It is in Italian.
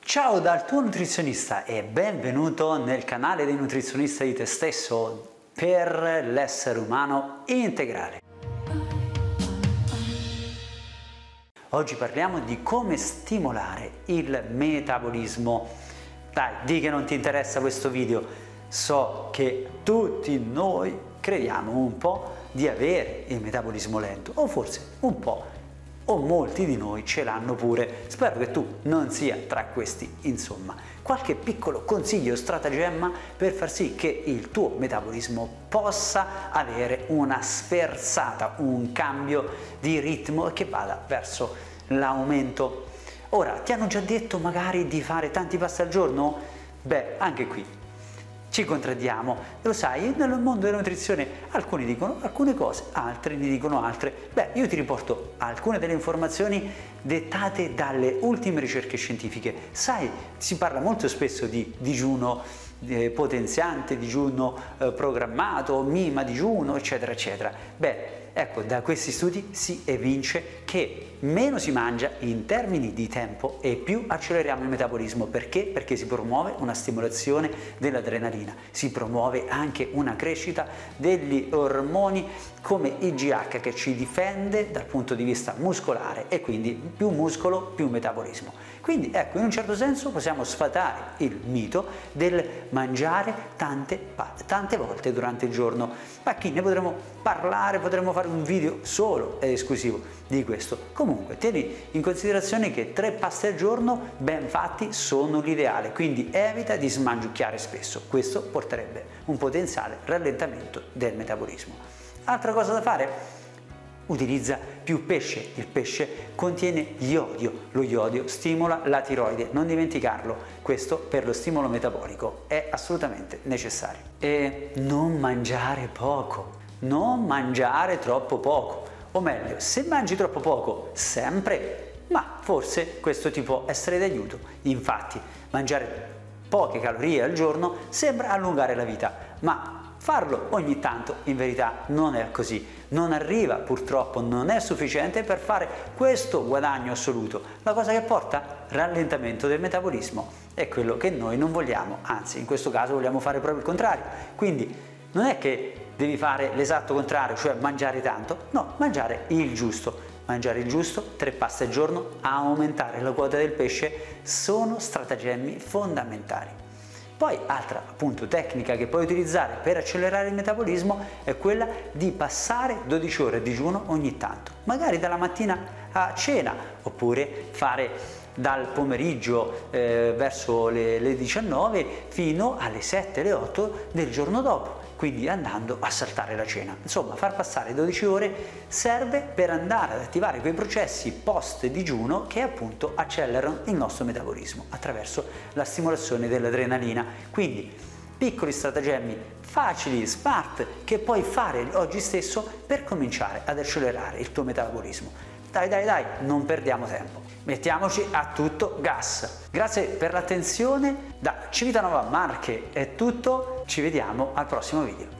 Ciao dal tuo nutrizionista e benvenuto nel canale dei nutrizionisti di te stesso per l'essere umano integrale. Oggi parliamo di come stimolare il metabolismo. Dai, di che non ti interessa questo video. So che tutti noi crediamo un po' di avere il metabolismo lento, o forse un po', o molti di noi ce l'hanno pure. Spero che tu non sia tra questi. Insomma, qualche piccolo consiglio, stratagemma per far sì che il tuo metabolismo possa avere una sferzata, un cambio di ritmo e che vada verso l'aumento. Ora, ti hanno già detto magari di fare tanti passi al giorno? Beh, anche qui ci contraddiamo, lo sai, nel mondo della nutrizione alcuni dicono alcune cose, altri ne dicono altre. Beh, io ti riporto alcune delle informazioni dettate dalle ultime ricerche scientifiche. Sai, si parla molto spesso di digiuno potenziante, digiuno programmato, mima digiuno, eccetera, eccetera. Beh, ecco, da questi studi si evince che meno si mangia in termini di tempo e più acceleriamo il metabolismo. Perché? Perché si promuove una stimolazione dell'adrenalina, si promuove anche una crescita degli ormoni come IGH che ci difende dal punto di vista muscolare e quindi più muscolo, più metabolismo. Quindi ecco, in un certo senso possiamo sfatare il mito del mangiare tante volte durante il giorno. Ma qui ne potremo parlare, potremo fare un video solo ed esclusivo di questo. Comunque tieni in considerazione che 3 pasti al giorno ben fatti sono l'ideale, quindi evita di smangiucchiare spesso. Questo porterebbe un potenziale rallentamento del metabolismo. Altra cosa da fare? Utilizza più pesce. Il pesce contiene iodio, lo iodio stimola la tiroide, non dimenticarlo, questo per lo stimolo metabolico è assolutamente necessario. E non mangiare poco, non mangiare troppo poco, o meglio, se mangi troppo poco sempre, ma forse questo ti può essere d'aiuto. Infatti, mangiare poche calorie al giorno sembra allungare la vita, ma farlo ogni tanto in verità non è così, non arriva purtroppo, non è sufficiente per fare questo guadagno assoluto. La cosa che porta? Rallentamento del metabolismo, è quello che noi non vogliamo, anzi in questo caso vogliamo fare proprio il contrario. Quindi non è che devi fare l'esatto contrario, cioè mangiare tanto, no, mangiare il giusto. Mangiare il giusto, 3 pasti al giorno, aumentare la quota del pesce sono stratagemmi fondamentali. Poi altra appunto tecnica che puoi utilizzare per accelerare il metabolismo è quella di passare 12 ore a digiuno ogni tanto, magari dalla mattina a cena, oppure fare dal pomeriggio verso le 19 fino alle 7, le 8 del giorno dopo, quindi andando a saltare la cena. Insomma, far passare 12 ore serve per andare ad attivare quei processi post digiuno che appunto accelerano il nostro metabolismo attraverso la stimolazione dell'adrenalina. Quindi piccoli stratagemmi facili, smart, che puoi fare oggi stesso per cominciare ad accelerare il tuo metabolismo. Dai, non perdiamo tempo, mettiamoci a tutto gas. Grazie per l'attenzione, da Civitanova Marche è tutto, ci vediamo al prossimo video.